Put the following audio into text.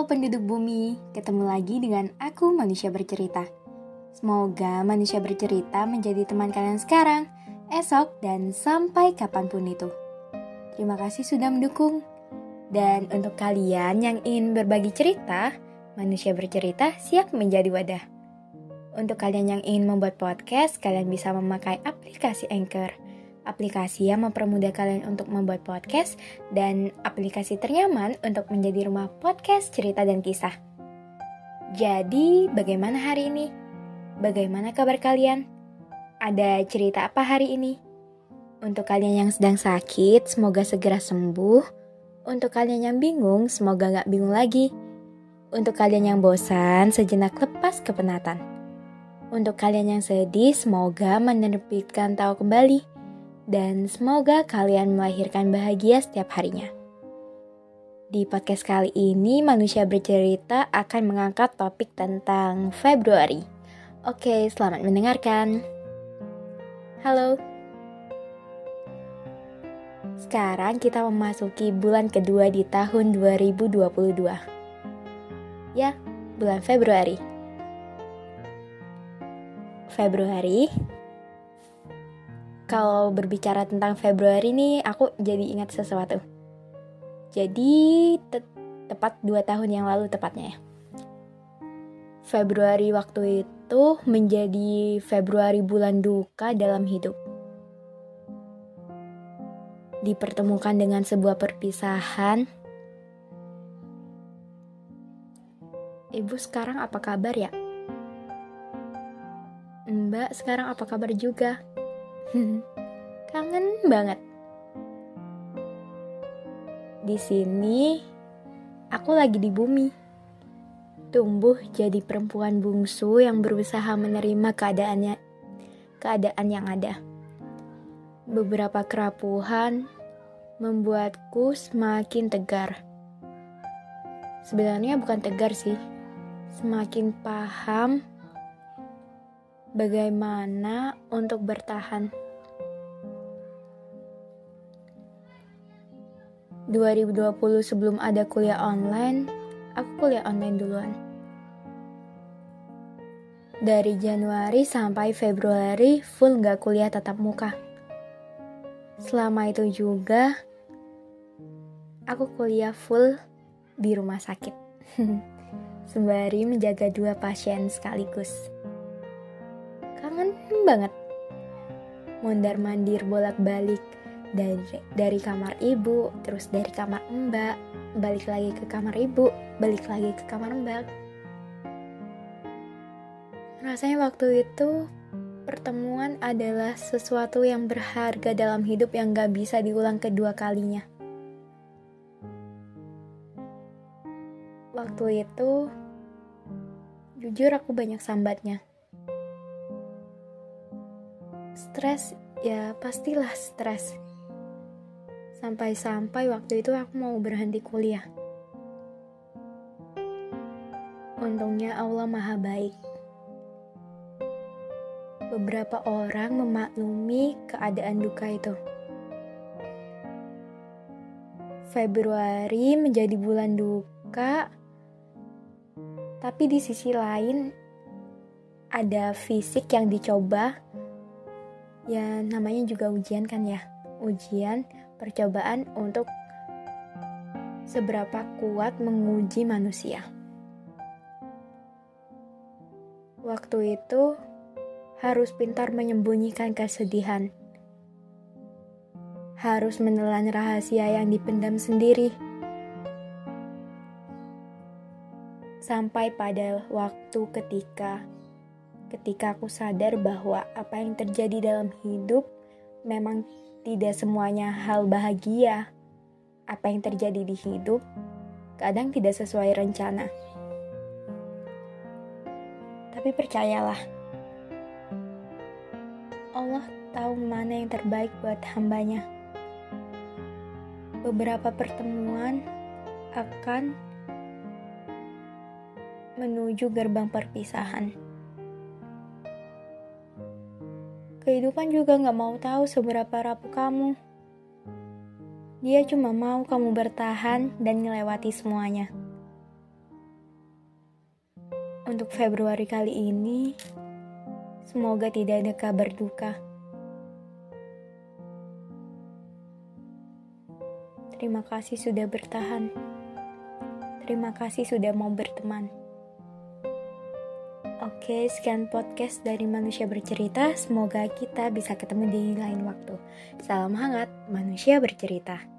Halo penduduk bumi, ketemu lagi dengan aku Manusia Bercerita. Semoga Manusia Bercerita menjadi teman kalian sekarang, esok, dan sampai kapanpun itu. Terima kasih sudah mendukung. Dan untuk kalian yang ingin berbagi cerita, Manusia Bercerita siap menjadi wadah. Untuk kalian yang ingin membuat podcast, kalian bisa memakai aplikasi Anchor. Aplikasi yang mempermudah kalian untuk membuat podcast dan aplikasi ternyaman untuk menjadi rumah podcast cerita dan kisah. Jadi, bagaimana hari ini? Bagaimana kabar kalian? Ada cerita apa hari ini? Untuk kalian yang sedang sakit, semoga segera sembuh. Untuk kalian yang bingung, semoga gak bingung lagi. Untuk kalian yang bosan, sejenak lepas kepenatan. Untuk kalian yang sedih, semoga menerbitkan tawa kembali. Dan semoga kalian melahirkan bahagia setiap harinya. Di podcast kali ini, Manusia Bercerita akan mengangkat topik tentang Februari. Oke, selamat mendengarkan. Halo. Sekarang kita memasuki bulan kedua di tahun 2022. Ya, bulan Februari. Kalau berbicara tentang Februari nih, aku jadi ingat sesuatu. Jadi, tepat 2 tahun yang lalu tepatnya ya. Februari waktu itu menjadi Februari bulan duka dalam hidup. Dipertemukan dengan sebuah perpisahan. Ibu sekarang apa kabar ya? Mbak sekarang apa kabar juga? Kangen banget. Di sini aku lagi di bumi. Tumbuh jadi perempuan bungsu yang berusaha menerima keadaan yang ada. Beberapa kerapuhan membuatku semakin tegar. Sebenarnya bukan tegar sih. Semakin paham bagaimana untuk bertahan. 2020 sebelum ada kuliah online, aku kuliah online duluan. Dari Januari sampai Februari full gak kuliah tatap muka. Selama itu juga, aku kuliah full di rumah sakit. Sembari menjaga 2 pasien sekaligus. Kangen banget. Mondar-mandir bolak-balik. Dari kamar ibu, terus dari kamar mbak, balik lagi ke kamar ibu, balik lagi ke kamar mbak. Rasanya waktu itu pertemuan adalah sesuatu yang berharga dalam hidup yang gak bisa diulang kedua kalinya. Waktu itu, jujur aku banyak sambatnya. Stres, ya pastilah stres. Sampai-sampai waktu itu aku mau berhenti kuliah. Untungnya Allah Maha Baik. Beberapa orang memaklumi keadaan duka itu. Februari menjadi bulan duka, tapi di sisi lain ada fisik yang dicoba. Ya namanya juga ujian kan ya. Ujian, percobaan untuk seberapa kuat menguji manusia. Waktu itu harus pintar menyembunyikan kesedihan. Harus menelan rahasia yang dipendam sendiri. Sampai pada waktu ketika aku sadar bahwa apa yang terjadi dalam hidup memang tidak semuanya hal bahagia. Apa yang terjadi di hidup kadang tidak sesuai rencana. Tapi percayalah, Allah tahu mana yang terbaik buat hambanya. Beberapa pertemuan akan menuju gerbang perpisahan. Kehidupan juga gak mau tahu seberapa rapuh kamu. Dia cuma mau kamu bertahan dan melewati semuanya. Untuk Februari kali ini, semoga tidak ada kabar duka. Terima kasih sudah bertahan. Terima kasih sudah mau berteman. Oke, sekian podcast dari Manusia Bercerita. Semoga kita bisa ketemu di lain waktu. Salam hangat, Manusia Bercerita.